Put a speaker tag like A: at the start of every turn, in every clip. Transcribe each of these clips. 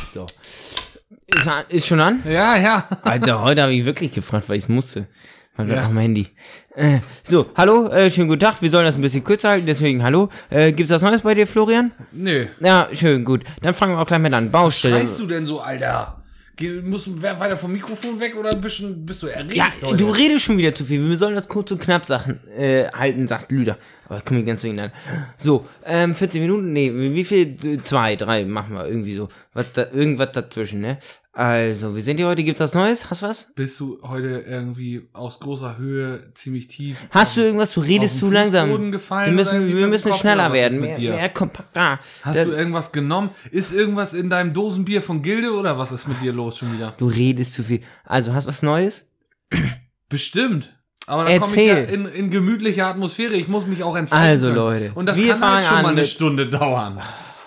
A: So. Ist schon an?
B: Ja.
A: Alter, heute habe ich wirklich gefragt, weil ich es musste. War gerade auf dem Handy. So, hallo, schönen guten Tag. Wir sollen das ein bisschen kürzer halten, deswegen hallo. Gibt's was Neues bei dir, Florian?
B: Nö.
A: Ja, schön, gut. Dann fangen wir auch gleich mit an. Baustelle.
B: Was schreist du denn so, Alter? Musst du weiter vom Mikrofon weg oder bist du erregt?
A: Ja,
B: heute?
A: du redest schon wieder zu viel. Wir sollen das kurz und knapp Sachen halten, sagt Lüder. Aber komm ich ganz zu Ihnen an. So, 40 Minuten? Nee, wie viel? 2, 3 machen wir irgendwie so. Irgendwas dazwischen, ne? Also, wie sind die heute? Gibt's was Neues? Hast du was?
B: Bist du heute irgendwie aus großer Höhe ziemlich tief?
A: Hast du irgendwas? Du redest zu langsam.
B: Gefallen
A: Wir müssen schneller werden.
B: Mit dir?
A: Mehr kompakter.
B: Hast du irgendwas genommen? Ist irgendwas in deinem Dosenbier von Gilde oder was ist mit dir los schon wieder?
A: Du redest zu viel. Also, hast du was Neues?
B: Bestimmt. Aber dann komme ich ja in gemütlicher Atmosphäre. Ich muss mich auch entfalten
A: Also,
B: können.
A: Leute.
B: Und das kann halt schon mal eine Stunde dauern.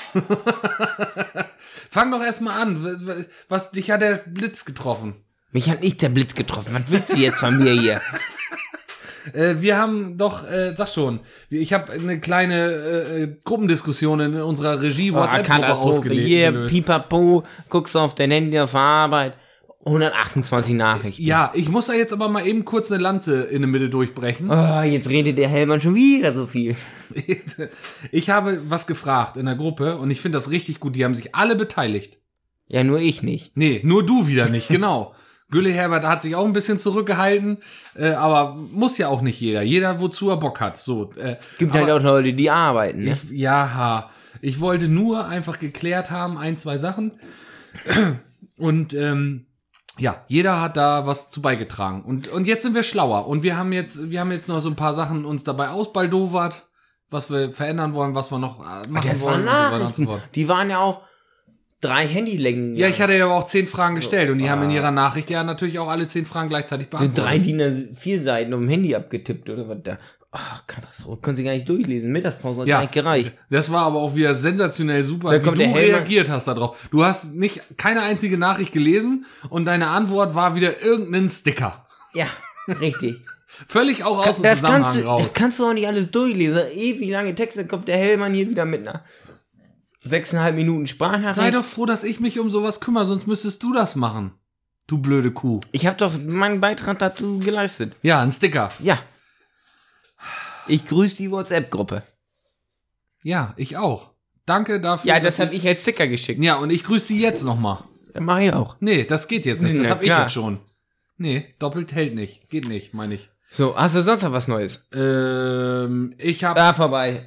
B: Fang doch erstmal an. Dich hat der Blitz getroffen.
A: Mich hat nicht der Blitz getroffen. Was willst du jetzt von mir hier?
B: Wir haben doch, sag schon, ich habe eine kleine Gruppendiskussion in unserer Regie-WhatsApp-Gruppe ausgelegt.
A: Hier, pipapo, guckst du auf dein Handy auf der Arbeit. 128 Nachrichten.
B: Ja, ich muss da jetzt aber mal eben kurz eine Lanze in der Mitte durchbrechen.
A: Oh, jetzt redet der Hellmann schon wieder so viel.
B: Ich habe was gefragt in der Gruppe und ich finde das richtig gut. Die haben sich alle beteiligt.
A: Ja, nur ich nicht.
B: Nee, nur du wieder nicht, genau. Gülle Herbert hat sich auch ein bisschen zurückgehalten, aber muss ja auch nicht jeder. Jeder, wozu er Bock hat. So,
A: gibt halt auch Leute, die arbeiten, ne?
B: Ich wollte nur einfach geklärt haben, 1, 2 Sachen. Und ja, jeder hat da was zu beigetragen. Und jetzt sind wir schlauer. Und wir haben jetzt noch so ein paar Sachen uns dabei ausbaldowert, was wir verändern wollen, was wir noch machen wollen. Und so fort.
A: Die waren ja auch 3 Handylängen.
B: Ja, ich hatte ja aber auch 10 Fragen gestellt. Und die haben in ihrer Nachricht ja natürlich auch alle 10 Fragen gleichzeitig beantwortet.
A: Sind 3 DIN A4 Seiten auf dem Handy abgetippt oder was da? Ach, Katastrophe. Können Sie gar nicht durchlesen. Mittagspause hat gar nicht gereicht.
B: Das war aber auch wieder sensationell super,
A: wie du
B: reagiert hast darauf. Du hast keine einzige Nachricht gelesen und deine Antwort war wieder irgendein Sticker.
A: Ja, richtig.
B: Völlig auch aus dem Zusammenhang raus.
A: Das kannst du auch nicht alles durchlesen. Ewig lange Texte, kommt der Hellmann hier wieder mit einer 6,5 Minuten Sprachnachricht.
B: Sei doch froh, dass ich mich um sowas kümmere, sonst müsstest du das machen. Du blöde Kuh.
A: Ich habe doch meinen Beitrag dazu geleistet.
B: Ja, ein Sticker.
A: Ja. Ich grüße die WhatsApp-Gruppe.
B: Ja, ich auch. Danke dafür.
A: Ja, das habe ich als Sticker geschickt.
B: Ja, und ich grüße sie jetzt nochmal.
A: Ja, mach ich auch.
B: Nee, das geht jetzt nicht. Das habe ich
A: klar.
B: jetzt schon. Nee, doppelt hält nicht. Geht nicht, meine ich.
A: So, hast du sonst noch was Neues?
B: Ich habe...
A: Da vorbei.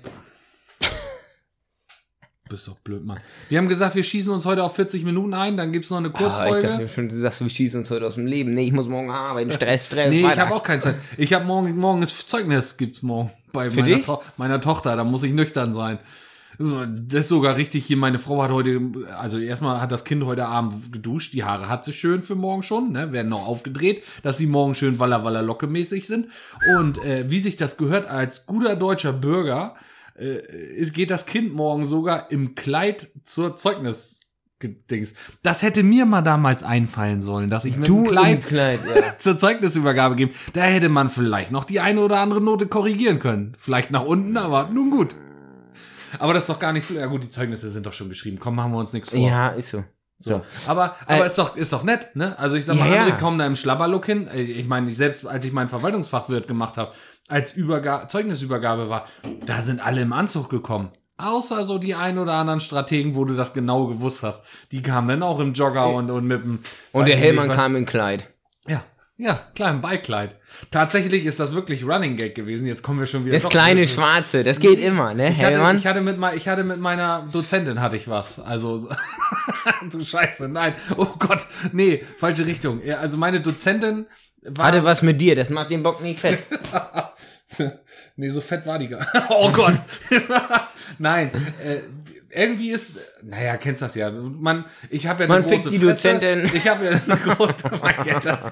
B: Bist doch blöd, Mann. Wir haben gesagt, wir schießen uns heute auf 40 Minuten ein, dann gibt's noch eine Kurzfolge.
A: Ich dachte schon, du sagst, wir schießen uns heute aus dem Leben. Nee, ich muss morgen arbeiten. Stress.
B: Nee,
A: weiter.
B: ich habe auch keine Zeit. Ich habe morgen ist Zeugnis, gibt's morgen bei meiner Tochter. Da muss ich nüchtern sein. Das ist sogar richtig hier. Meine Frau hat heute, also erstmal hat das Kind heute Abend geduscht. Die Haare hat sie schön für morgen schon, ne? Werden noch aufgedreht, dass sie morgen schön Walla Walla Locke mäßig sind. Und wie sich das gehört als guter deutscher Bürger, geht das Kind morgen sogar im Kleid zur Zeugnis-Dings. Das hätte mir mal damals einfallen sollen, dass ich mit dem Kleid
A: ja.
B: zur Zeugnisübergabe gebe. Da hätte man vielleicht noch die eine oder andere Note korrigieren können. Vielleicht nach unten, aber nun gut. Aber das ist doch gar nicht... Ja gut, die Zeugnisse sind doch schon geschrieben. Komm, machen wir uns nichts vor.
A: Ja, ist so.
B: So. Aber ist doch nett, ne? Also ich sag mal, andere kommen da im Schlabberlook hin. Ich meine, selbst als ich meinen Verwaltungsfachwirt gemacht habe, als Zeugnisübergabe war, da sind alle im Anzug gekommen. Außer so die ein oder anderen Strategen, wo du das genau gewusst hast. Die kamen dann auch im Jogger und mit dem...
A: Und der Hellmann kam in Kleid.
B: Ja, klar, im Beikleid. Tatsächlich ist das wirklich Running Gag gewesen. Jetzt kommen wir schon wieder...
A: Das kleine Schwarze, das geht immer, ne, Hellmann?
B: Ich hatte mit meiner Dozentin hatte ich was. Also, du Scheiße, nein. Oh Gott, nee, falsche Richtung. Also meine Dozentin war...
A: Hatte was mit dir, das macht den Bock nicht fett.
B: Nee, so fett war die gar nicht. Oh Gott. Nein, irgendwie ist, naja, kennst das ja. Ich habe ja eine große
A: die
B: Fresse.
A: Dozentin.
B: Ich habe ja eine große... Man kennt das.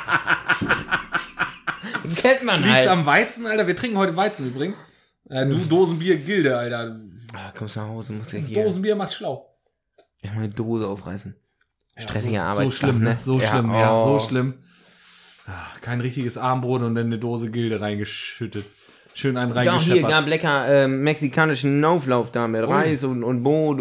A: Kennt man
B: Liegt's
A: halt.
B: am Weizen, Alter? Wir trinken heute Weizen übrigens. Du Dosenbier Gilde, Alter.
A: Kommst nach Hause, musst ja hier...
B: Dosenbier macht schlau.
A: Ich meine Dose aufreißen. Stressige
B: Ja,
A: Arbeit.
B: So schlimm, ne? So schlimm, so schlimm. Kein richtiges Armbrot und dann eine Dose Gilde reingeschüttet. Schön einen
A: Doch, hier
B: reingescheppert.
A: gab lecker mexikanischen Auflauf da mit Reis und Brot und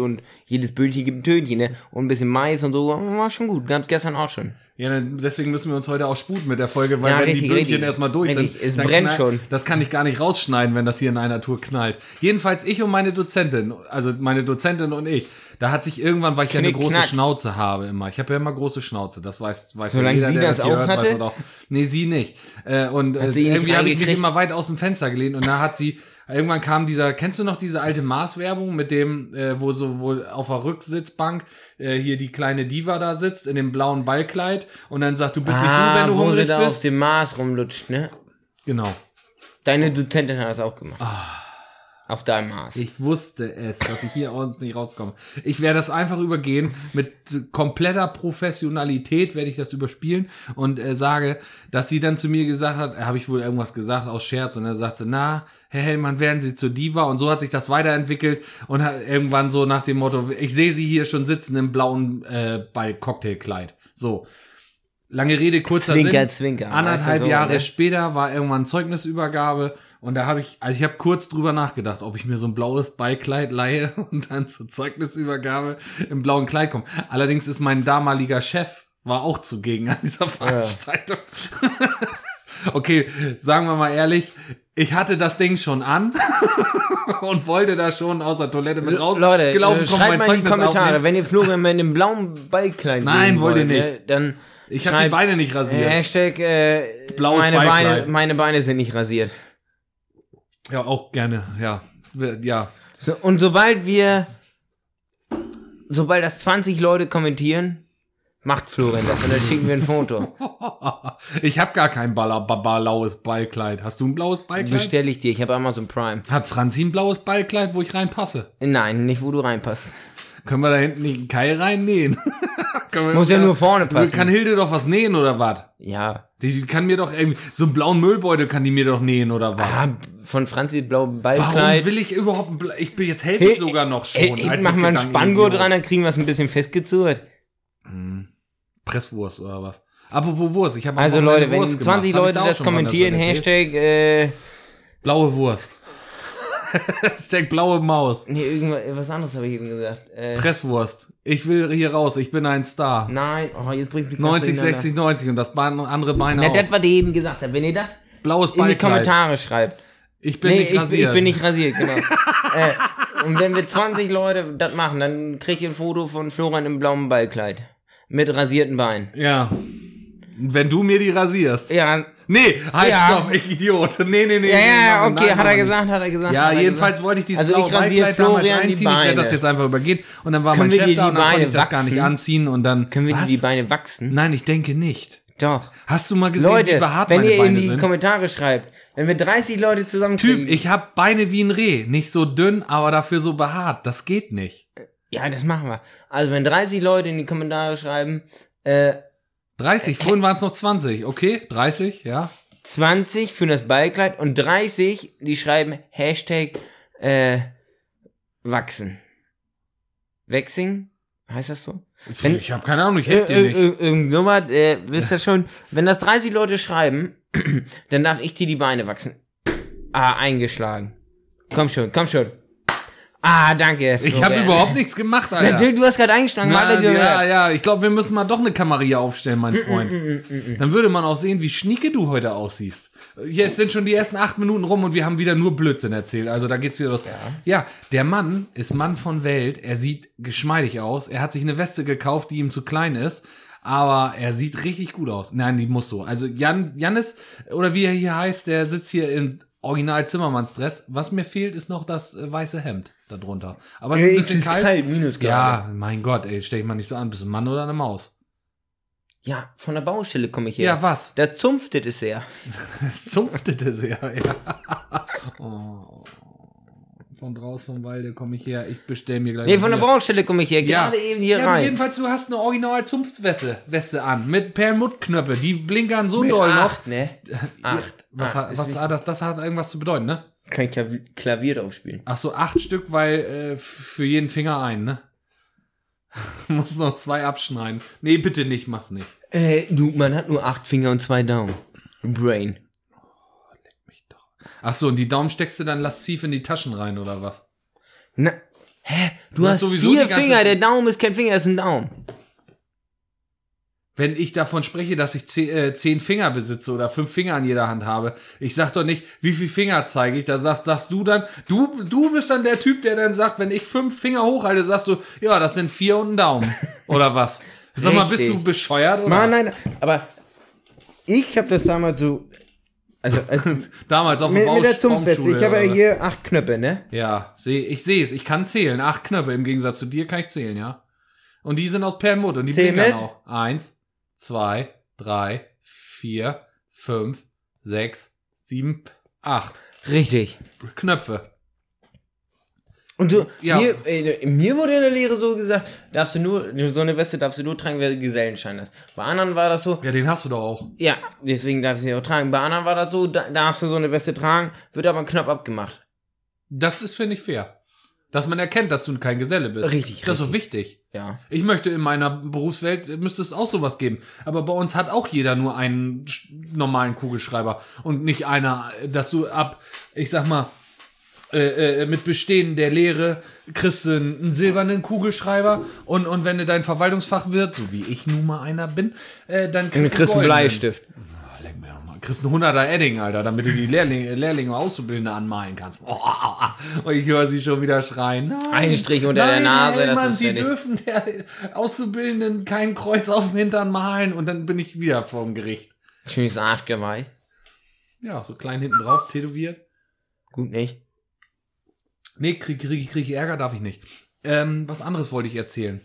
A: jedes Böhnchen gibt ein Tönchen, ne? Und ein bisschen Mais und so, war schon gut. Gab's gestern auch schon.
B: Ja, deswegen müssen wir uns heute auch sputen mit der Folge, weil
A: Ja,
B: wenn
A: richtig,
B: die Böhnchen
A: richtig.
B: erstmal durch
A: Richtig,
B: sind,
A: es
B: dann
A: brennt schon.
B: Das kann ich gar nicht rausschneiden, wenn das hier in einer Tour knallt. Jedenfalls ich und meine Dozentin, also meine Dozentin und ich, da hat sich irgendwann, weil ich ja eine
A: Knick,
B: große
A: knack.
B: Schnauze habe immer. Ich habe ja immer große Schnauze, das weiß
A: Solange
B: ja jeder,
A: sie
B: der
A: das
B: hier
A: auch
B: hört,
A: hatte?
B: weiß das auch. Nee, sie nicht. Und
A: Hat sie ihn nicht
B: irgendwie habe ich mich
A: reingekriegt?
B: immer weit aus dem Fenster gelehnt und da hat sie, irgendwann kam kennst du noch diese alte Mars-Werbung mit dem, wo auf der Rücksitzbank hier die kleine Diva da sitzt in dem blauen Ballkleid und dann sagt, du bist nicht du, wenn du
A: wo sie
B: hungrig
A: da auf
B: bist.
A: dem Mars rumlutscht, ne?
B: Genau.
A: Deine Dozentin hat das auch gemacht. Auf deinem Mars.
B: Ich wusste es, dass ich hier uns nicht rauskomme. Ich werde das einfach übergehen. Mit kompletter Professionalität werde ich das überspielen und sage, dass sie dann zu mir gesagt hat, habe ich wohl irgendwas gesagt aus Scherz und er sagte, na, Herr Hellmann, werden Sie zur Diva und so hat sich das weiterentwickelt und hat irgendwann so nach dem Motto, ich sehe Sie hier schon sitzen im blauen Cocktailkleid. So. Lange Rede, kurzer
A: Zwinker,
B: Sinn.
A: Zwinker.
B: 1,5
A: so,
B: Jahre
A: ne?
B: später war irgendwann Zeugnisübergabe und da habe ich habe kurz drüber nachgedacht, ob ich mir so ein blaues Beikleid leihe und dann zur Zeugnisübergabe im blauen Kleid komme. Allerdings ist mein damaliger Chef war auch zugegen an dieser Veranstaltung. Okay, sagen wir mal ehrlich, ich hatte das Ding schon an und wollte da schon aus der Toilette mit
A: Leute,
B: rausgelaufen
A: schreibt mal in die Kommentare, wenn ihr Florian mal in dem blauen Ballkleid
B: Nein,
A: sehen
B: wollt ihr
A: wollt,
B: nicht.
A: Dann
B: Ich habe die Beine nicht rasiert.
A: Hashtag
B: Blaues Beikleid.
A: meine Beine sind nicht rasiert.
B: Ja, auch gerne, ja. Ja.
A: So, und sobald das 20 Leute kommentieren, macht Florian das und dann schicken wir ein Foto.
B: Ich habe gar kein blaues Ballkleid. Hast du ein blaues Ballkleid?
A: Bestelle ich dir, ich habe Amazon Prime.
B: Hat Franzi ein blaues Ballkleid, wo ich reinpasse?
A: Nein, nicht wo du reinpasst.
B: Können wir da hinten nicht einen Keil reinnähen?
A: Muss ja nur vorne passen.
B: Kann Hilde doch was nähen oder was?
A: Ja.
B: Die kann mir doch irgendwie, so einen blauen Müllbeutel kann die mir doch nähen oder was?
A: Ah, von Franzi blau
B: Warum
A: Ballkleid.
B: will ich überhaupt ich bin jetzt helfe ich sogar noch schon.
A: Ey,
B: Halt
A: machen wir einen
B: Gedanken
A: Spanngurt
B: irgendwie
A: dran, dann kriegen wir es ein bisschen festgezurrt.
B: Presswurst oder was? Apropos Wurst, ich habe
A: Also Leute, wenn 20 Leute das kommentieren,
B: Hashtag
A: Hashtag,
B: blaue Wurst. Hashtag blaue Maus.
A: nee, irgendwas anderes habe ich eben gesagt.
B: Presswurst. Ich will hier raus, ich bin ein Star.
A: Nein, oh, jetzt bringt mich
B: 90, 60, 90 und das andere Beine
A: Na,
B: auch.
A: das, was ihr eben gesagt habt. Wenn ihr das
B: Blaues
A: in die
B: Ballkleid.
A: Kommentare schreibt.
B: Ich bin nicht rasiert.
A: Ich bin nicht rasiert, genau. Und wenn wir 20 Leute das machen, dann kriegt ihr ein Foto von Florian im blauen Ballkleid. Mit rasierten Beinen.
B: Ja. Wenn du mir die rasierst.
A: Ja.
B: Nee, halt,
A: Ja.
B: stopp, ich Idiot. Nee.
A: Ja, okay,
B: nein,
A: hat er
B: nein.
A: gesagt, hat er gesagt.
B: Ja,
A: hat er
B: jedenfalls
A: gesagt.
B: wollte ich dieses
A: Also
B: blaue
A: ich rasiere
B: Ballkleid damals
A: Florian die
B: einziehen. Ich werde das
A: Beine.
B: jetzt einfach übergehen. Und dann war
A: Können
B: mein
A: wir
B: Chef
A: dir
B: da
A: die
B: und dann konnte
A: Beine
B: ich das gar nicht
A: wachsen?
B: anziehen und dann.
A: Können wir
B: Was?
A: die Beine wachsen?
B: Nein, ich denke nicht.
A: Doch.
B: Hast du mal gesehen, wie
A: Leute,
B: behaart
A: wenn
B: meine
A: ihr in
B: Beine
A: die
B: sind?
A: Kommentare schreibt, wenn wir 30 Leute zusammenkriegen.
B: Typ, ich habe Beine wie ein Reh. Nicht so dünn, aber dafür so behaart. Das geht nicht.
A: Ja, das machen wir. Also wenn 30 Leute in die Kommentare schreiben,
B: 30, vorhin waren es noch 20. Okay, 30, ja.
A: 20 für das Ballkleid und 30, die schreiben Hashtag wachsen. Waxing? Heißt das so?
B: Ich habe keine Ahnung, ich helfe dir nicht.
A: Irgend sowas, wisst ihr schon, wenn das 30 Leute schreiben, dann darf ich dir die Beine wachsen. Ah, eingeschlagen. Komm schon. Ah, danke.
B: Ich habe überhaupt nichts gemacht, Alter.
A: Natürlich, du hast gerade eingeschlagen.
B: Na, ja, ich glaube, wir müssen mal doch eine Kamera hier aufstellen, mein Freund. Dann würde man auch sehen, wie schnieke du heute aussiehst. Jetzt sind schon die ersten 8 Minuten rum und wir haben wieder nur Blödsinn erzählt. Also da geht's wieder los. Ja, der Mann ist Mann von Welt. Er sieht geschmeidig aus. Er hat sich eine Weste gekauft, die ihm zu klein ist. Aber er sieht richtig gut aus. Nein, die muss so. Also Jannis, oder wie er hier heißt, der sitzt hier in Original Zimmermannsdress. Was mir fehlt, ist noch das weiße Hemd darunter. Aber es ist ein bisschen kalt.
A: Minusgrade.
B: Ja, mein Gott, ey, stell dich mal nicht so an. Bist du ein Mann oder eine Maus?
A: Ja, von der Baustelle komme ich her.
B: Ja, was?
A: Da zunftet es sehr.
B: Es zupftete sehr, ja. Oh. Von draußen vom Walde komme ich her. Ich bestelle mir gleich.
A: Nee, von der Baustelle komme ich her.
B: Ja.
A: Gerade eben hier
B: Ja,
A: rein.
B: jedenfalls, du hast eine Original-Zunftweste an. Mit Perlmuttknöpfe. Die blinkern so
A: Mit
B: doll noch.
A: 8, ne? 8.
B: Was hat das hat irgendwas zu bedeuten, ne?
A: Kann ich Klavier drauf spielen.
B: Ach so, 8 Stück, weil für jeden Finger ein, ne? Muss noch 2 abschneiden. Nee, bitte nicht, mach's nicht.
A: Man hat nur 8 Finger und 2 Daumen. Brain.
B: Ach so, und die Daumen steckst du dann lasziv in die Taschen rein, oder was?
A: Na, Hä? Du hast
B: sowieso
A: 4
B: die ganze
A: Finger,
B: Zeit-
A: der Daumen ist kein Finger, ist ein Daumen.
B: Wenn ich davon spreche, dass ich 10 Finger besitze oder 5 Finger an jeder Hand habe, ich sag doch nicht, wie viel Finger zeige ich, da sagst du dann, du bist dann der Typ, der dann sagt, wenn ich 5 Finger hochhalte, sagst du, ja, das sind 4 und ein Daumen. Oder was? Sag mal, bist
A: Richtig.
B: du bescheuert? Oder?
A: Mann, nein, aber ich habe das damals so, also als,
B: Damals auf der
A: mit der Zunftweste,
B: Baumschule.
A: ich habe ja
B: oder?
A: hier 8 Knöpfe, ne?
B: Ja, ich sehe es, ich kann zählen. 8 Knöpfe, im Gegensatz zu dir kann ich zählen, ja. Und die sind aus Perlmutt und die
A: Zähl
B: blinkern
A: mit.
B: auch. 1, 2, 3, 4, 5, 6, 7, 8
A: Richtig.
B: Knöpfe.
A: Und so,
B: Ja.
A: mir wurde in der Lehre so gesagt, so eine Weste darfst du nur tragen, wer Gesellenschein hast. Bei anderen war das so,
B: Ja, den hast du doch auch.
A: ja, deswegen darf ich sie auch tragen. Bei anderen war das so, darfst du so eine Weste tragen, wird aber ein Knopf abgemacht.
B: Das ist, finde ich, fair. Dass man erkennt, dass du kein Geselle bist.
A: Richtig,
B: Das ist so wichtig.
A: Ja.
B: Ich möchte in meiner Berufswelt, müsste es auch sowas geben. Aber bei uns hat auch jeder nur einen normalen Kugelschreiber. Und nicht einer, dass du ich sag mal, mit Bestehen der Lehre kriegst du einen silbernen Kugelschreiber und wenn du dein Verwaltungsfach wird, so wie ich nun mal einer bin, dann
A: Du
B: kriegst du
A: kriegst einen
B: goldenen.
A: Bleistift.
B: Leck mir doch mal. Kriegst einen 100er Edding, Alter, damit du die Lehrlinge und Auszubildende anmalen kannst. Und ich höre sie schon wieder schreien. Nein,
A: Ein Strich unter der Nase,
B: Herr
A: das
B: Hellmann,
A: ist
B: Sie
A: fertig.
B: dürfen der Auszubildenden kein Kreuz auf dem Hintern malen und dann bin ich wieder vorm Gericht.
A: Schönes Arschgeweih.
B: Ja, so klein hinten drauf, tätowiert.
A: Gut nicht.
B: Nee, krieg ich Ärger, darf ich nicht. Was anderes wollte ich erzählen.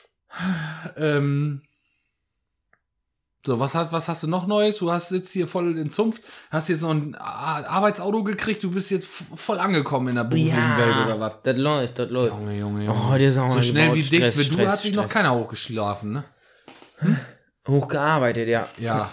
B: So, was hast du noch Neues? Du sitzt hier voll in Zunft, hast jetzt noch ein Arbeitsauto gekriegt, du bist jetzt voll angekommen in der beruflichen Welt oder was?
A: Das läuft.
B: Junge.
A: Oh, der ist auch
B: So
A: mal
B: schnell
A: gebaut.
B: wie dicht
A: Stress,
B: wie du
A: Stress,
B: hat sich noch
A: Stress.
B: keiner hochgeschlafen, ne?
A: Hochgearbeitet, ja.
B: Ja.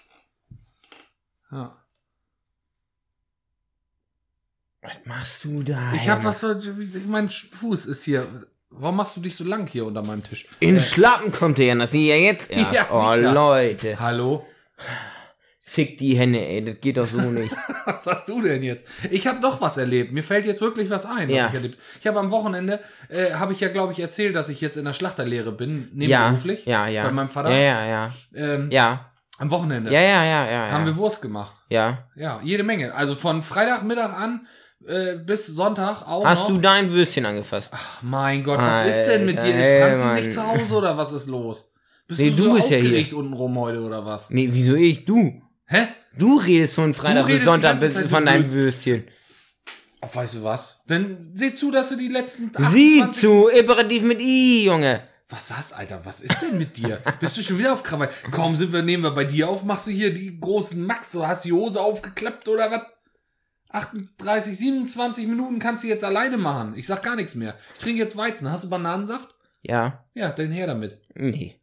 A: Was machst du da?
B: Ich hab mein Fuß ist hier. Warum machst du dich so lang hier unter meinem Tisch?
A: In Schlappen kommt der ja, das sehe ich ja jetzt erst.
B: Ja,
A: oh,
B: sicher.
A: Leute.
B: Hallo?
A: Fick die Hände, ey, das geht doch so nicht.
B: Was hast du denn jetzt? Ich habe doch was erlebt. Mir fällt jetzt wirklich was ein, was
A: Ja.
B: ich erlebt. Ich habe am Wochenende, habe ich ja, glaube ich, erzählt, dass ich jetzt in der Schlachterlehre bin,
A: Ja,
B: nebenberuflich.
A: ja.
B: Bei meinem Vater.
A: Ja. Ja.
B: Am Wochenende
A: Ja.
B: haben wir Wurst gemacht.
A: Ja.
B: Ja, jede Menge. Also von Freitagmittag an bis Sonntag auch
A: Hast
B: noch.
A: du dein Würstchen angefasst?
B: Ach, mein Gott, was ist denn mit dir? Ist
A: Alter,
B: Franzi
A: Mann.
B: nicht zu Hause oder was ist los? Bist
A: Nee,
B: du
A: du
B: so
A: bist ja hier.
B: aufgeregt untenrum heute oder was?
A: Nee, wieso ich? Du.
B: Hä?
A: Du redest von Freitag bis
B: redest die
A: Sonntag
B: ganze
A: bis
B: Zeit
A: von
B: so
A: deinem
B: blöd.
A: Würstchen.
B: Ach, weißt du was? Dann seh zu, dass du die letzten
A: Sieh
B: 28...
A: zu, Imperativ mit I, Junge.
B: Was hast, Alter? Was ist denn mit dir? Bist du schon wieder auf Krawall? Kaum nehmen wir bei dir auf, machst du hier die großen Max, du hast die Hose aufgeklappt oder was? 38, 27 Minuten kannst du jetzt alleine machen. Ich sag gar nichts mehr. Ich trinke jetzt Weizen. Hast du Bananensaft?
A: Ja.
B: Ja, dann her damit.
A: Nee.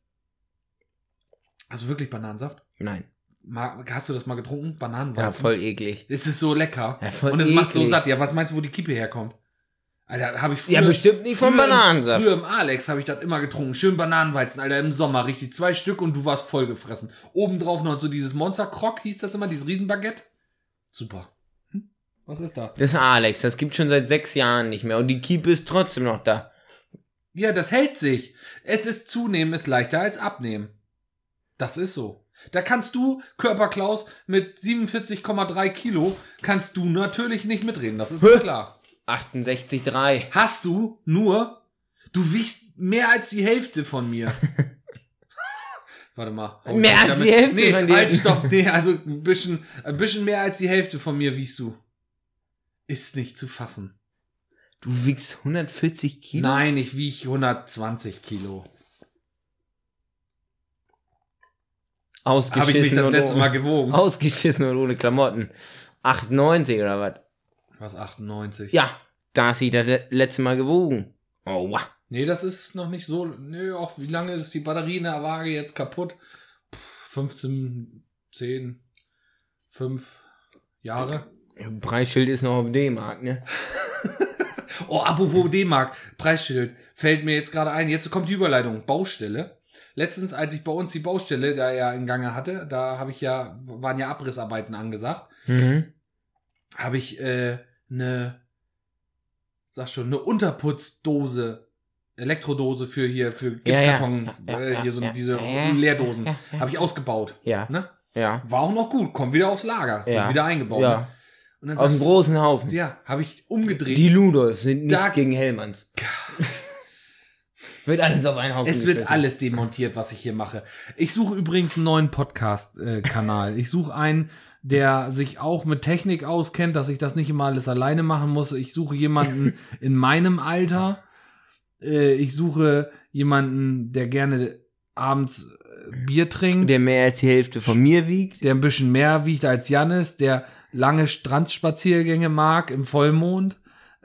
B: Hast du wirklich Bananensaft?
A: Nein.
B: Hast du das mal getrunken? Bananenweizen?
A: Ja, voll eklig.
B: Es ist so lecker.
A: Ja, voll
B: und es macht so
A: eklig.
B: satt. Ja, was meinst du, wo die Kippe herkommt? Alter, habe ich früher...
A: Ja, bestimmt nicht von Bananensaft.
B: Früher im Alex habe ich das immer getrunken. Schön Bananenweizen, Alter, im Sommer. Richtig 2 Stück und du warst vollgefressen. Obendrauf noch so dieses Monster-Croc, hieß das immer, dieses Riesenbaguette. Super. Was ist da?
A: Das ist Alex, das gibt schon seit 6 Jahren nicht mehr. Und die Kiepe ist trotzdem noch da.
B: Ja, das hält sich. Es ist zunehmen ist leichter als abnehmen. Das ist so. Da kannst du, Körperklaus, mit 47,3 Kilo, kannst du natürlich nicht mitreden. Das ist mir klar.
A: 68,3.
B: Hast du nur, du wiegst mehr als die Hälfte von mir. Warte mal.
A: Mehr als die Hälfte von dir?
B: Halt, stopp. Nee, also ein bisschen mehr als die Hälfte von mir wiegst du. Ist nicht zu fassen.
A: Du wiegst 140 Kilo?
B: Nein, ich wiege 120 Kilo. Habe ich mich
A: Ausgeschissen
B: das
A: und
B: letzte Mal gewogen.
A: Ausgeschissen und ohne Klamotten. 98 oder was?
B: Was, 98?
A: Ja, da hast du das letzte Mal gewogen. Oh, wow.
B: Nee, das ist noch nicht so. Nö, auch wie lange ist die Batterie in der Waage jetzt kaputt? 15, 10, 5 Jahre.
A: Preisschild ist noch auf D-Mark, ne?
B: Oh, apropos D-Mark, Preisschild, fällt mir jetzt gerade ein. Jetzt kommt die Überleitung. Baustelle. Letztens, als ich bei uns die Baustelle da ja in Gange hatte, da waren ja Abrissarbeiten angesagt,
A: Mhm.
B: habe ich sag schon, eine Unterputzdose, Elektrodose für Gipskarton, diese Leerdosen, habe ich ausgebaut.
A: Ja.
B: Ne?
A: Ja.
B: War auch noch gut, kommt wieder aufs Lager, wird wieder eingebaut.
A: Ja.
B: Ne? Und dann
A: Aus einem großen Haufen.
B: Ja, habe ich umgedreht.
A: Die Ludolf sind nichts gegen Hellmanns. Wird alles auf einen Haufen
B: Es wird alles demontiert, was ich hier mache. Ich suche übrigens einen neuen Podcast-Kanal. Ich suche einen, der sich auch mit Technik auskennt, dass ich das nicht immer alles alleine machen muss. Ich suche jemanden in meinem Alter. Ich suche jemanden, der gerne abends Bier trinkt.
A: Der mehr als die Hälfte von mir wiegt.
B: Der ein bisschen mehr wiegt als Jannis, der lange Strandspaziergänge mag im Vollmond.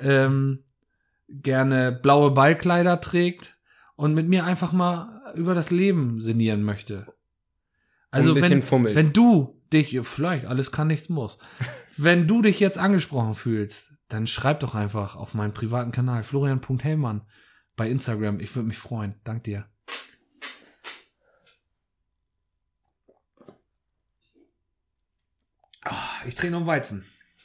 B: Gerne blaue Ballkleider trägt und mit mir einfach mal über das Leben sinnieren möchte. Also wenn du dich, vielleicht, alles kann, nichts muss. Wenn du dich jetzt angesprochen fühlst, dann schreib doch einfach auf meinen privaten Kanal florian.hellmann bei Instagram. Ich würde mich freuen. Dank dir. Oh, ich trinke noch einen Weizen.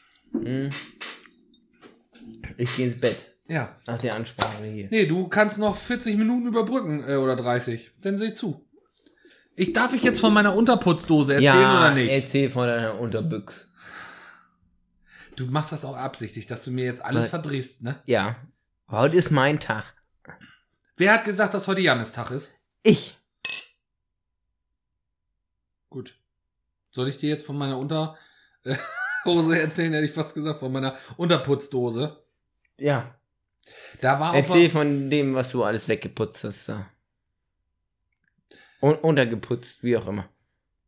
A: Ich gehe ins Bett.
B: Ja.
A: Nach der Ansprache hier.
B: Nee, du kannst noch 40 Minuten überbrücken, oder 30. Dann seh zu. Darf ich jetzt von meiner Unterputzdose erzählen oder nicht?
A: Erzähl von deiner Unterbüchs.
B: Du machst das auch absichtlich, dass du mir jetzt alles verdrehst, ne?
A: Ja. Heute ist mein Tag.
B: Wer hat gesagt, dass heute Jannis Tag ist?
A: Ich.
B: Gut. Soll ich dir jetzt von meiner Unterhose erzählen, hätte ich fast gesagt, von meiner Unterputzdose?
A: Ja.
B: Da war
A: Erzähl von dem, was du alles weggeputzt hast da. Und untergeputzt, wie auch immer.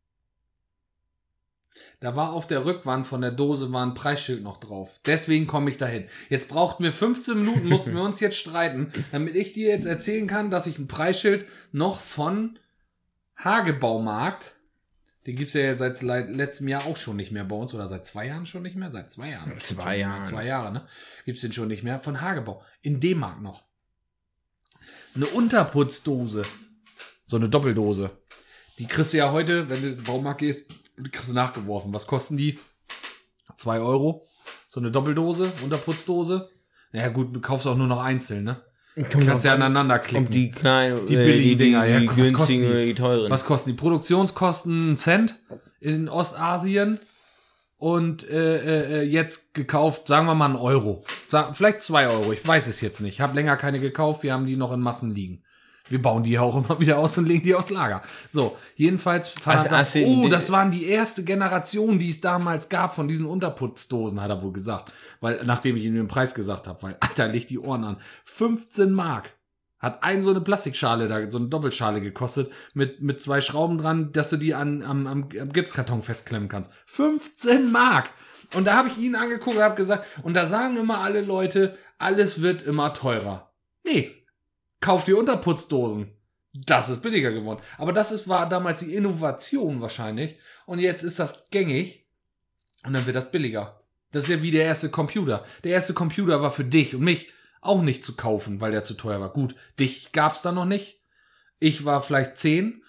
B: Da war auf der Rückwand von der Dose war ein Preisschild noch drauf. Deswegen komme ich dahin. Jetzt brauchten wir 15 Minuten, mussten wir uns jetzt streiten, damit ich dir jetzt erzählen kann, dass ich ein Preisschild noch von Hagebaumarkt, den gibt's ja seit letztem Jahr auch schon nicht mehr bei uns, oder seit 2 Jahren schon nicht mehr? Seit 2 Jahren.
A: 2 Jahre.
B: 2 Jahre, ne? Gibt's den schon nicht mehr. Von Hagebau. In D-Mark noch. Eine Unterputzdose. So eine Doppeldose. Die kriegst du ja heute, wenn du in den Baumarkt gehst, die kriegst du nachgeworfen. Was kosten die? 2 Euro. So eine Doppeldose, Unterputzdose. Naja gut, du kaufst auch nur noch einzeln, ne? Kannst ja aneinander klicken.
A: Und die kleinen,
B: die billigen Dinger,
A: die günstigen oder die teuren.
B: Was kosten die? Produktionskosten 1 Cent in Ostasien und jetzt gekauft, sagen wir mal 1 Euro. Vielleicht 2 Euro, ich weiß es jetzt nicht. Ich habe länger keine gekauft, wir haben die noch in Massen liegen. Wir bauen die auch immer wieder aus und legen die aufs Lager. So, jedenfalls das waren die erste Generation, die es damals gab von diesen Unterputzdosen, hat er wohl gesagt. Weil, nachdem ich ihm den Preis gesagt habe, weil, Alter, leg die Ohren an. 15 Mark hat so eine Plastikschale da, so eine Doppelschale gekostet, mit 2 Schrauben dran, dass du die am Gipskarton festklemmen kannst. 15 Mark! Und da habe ich ihn angeguckt und habe gesagt, und da sagen immer alle Leute, alles wird immer teurer. Nee. Kauf dir Unterputzdosen. Das ist billiger geworden. Aber war damals die Innovation wahrscheinlich. Und jetzt ist das gängig. Und dann wird das billiger. Das ist ja wie der erste Computer. Der erste Computer war für dich und mich auch nicht zu kaufen, weil der zu teuer war. Gut, dich gab's da noch nicht. Ich war vielleicht 10.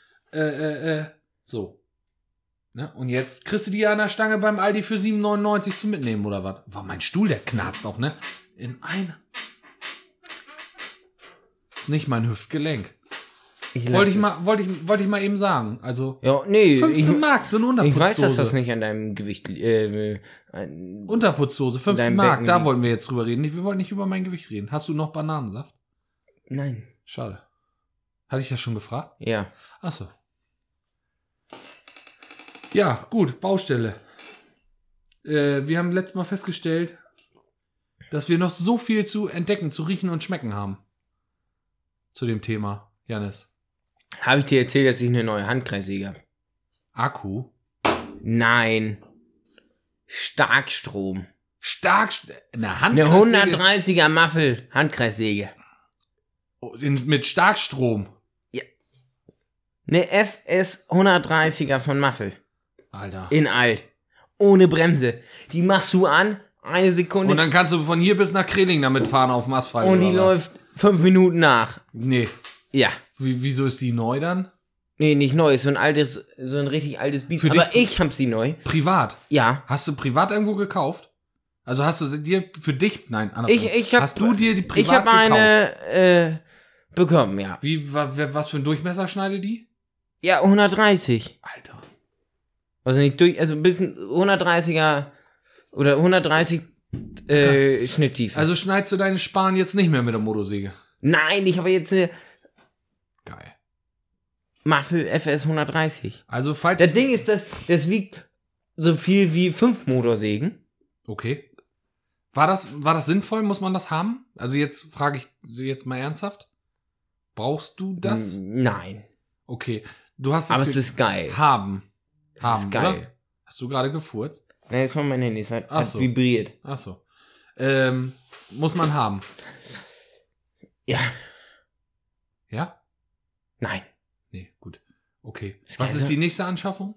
B: So. Ne? Und jetzt kriegst du die an der Stange beim Aldi für 7,99 zum Mitnehmen oder was? War mein Stuhl, der knarzt auch, ne? In einer. Nicht mein Hüftgelenk. Wollte ich mal eben sagen. Also
A: ja, nee,
B: 15 Mark, so eine Unterputzdose.
A: Ich weiß, dass das nicht an deinem Gewicht
B: Unterputzdose, 15 Mark, Becken da wollten wir jetzt drüber reden. Wir wollten nicht über mein Gewicht reden. Hast du noch Bananensaft?
A: Nein.
B: Schade. Hatte ich das schon gefragt?
A: Ja.
B: Achso. Ja, gut, Baustelle. Wir haben letztes Mal festgestellt, dass wir noch so viel zu entdecken, zu riechen und schmecken haben. Zu dem Thema, Jannis.
A: Habe ich dir erzählt, dass ich eine neue Handkreissäge habe?
B: Akku?
A: Nein. Starkstrom.
B: Eine
A: Handkreissäge? Eine 130er Maffel Handkreissäge.
B: Mit Starkstrom?
A: Ja. Eine FS 130er von Maffel.
B: Alter.
A: In alt. Ohne Bremse. Die machst du an, 1 Sekunde.
B: Und dann kannst du von hier bis nach Kreling damit fahren auf dem Asphalt.
A: Und die läuft 5 Minuten nach.
B: Nee.
A: Ja.
B: Wieso ist die neu dann?
A: Nee, nicht neu. Ist so ein richtig altes Biest. Aber ich hab sie neu.
B: Privat?
A: Ja.
B: Hast du privat irgendwo gekauft? Also hast du dir für dich, nein, andersrum. Hast du dir die privat
A: Ich habe eine bekommen, ja.
B: Was für ein Durchmesser schneidet die?
A: Ja, 130.
B: Alter.
A: Also nicht also ein bisschen 130er oder 130 Schnitttiefe.
B: Also schneidest du deine Span jetzt nicht mehr mit der Motorsäge?
A: Nein, ich habe jetzt eine
B: Geil.
A: Maffel FS 130.
B: Also falls...
A: Das Ding ist, das wiegt so viel wie 5 Motorsägen.
B: Okay. War das sinnvoll? Muss man das haben? Also jetzt frage ich jetzt mal ernsthaft. Brauchst du das?
A: Nein.
B: Okay. Du hast
A: Aber es ist geil.
B: Haben,
A: ist geil.
B: oder? Hast du gerade gefurzt?
A: Nein, das war mein Handy. Es hat
B: so.
A: vibriert.
B: Ach so. Muss man haben.
A: Ja.
B: Ja?
A: Nein.
B: Nee, gut. Okay.
A: Ist
B: Was
A: geil,
B: ist
A: so.
B: die nächste Anschaffung?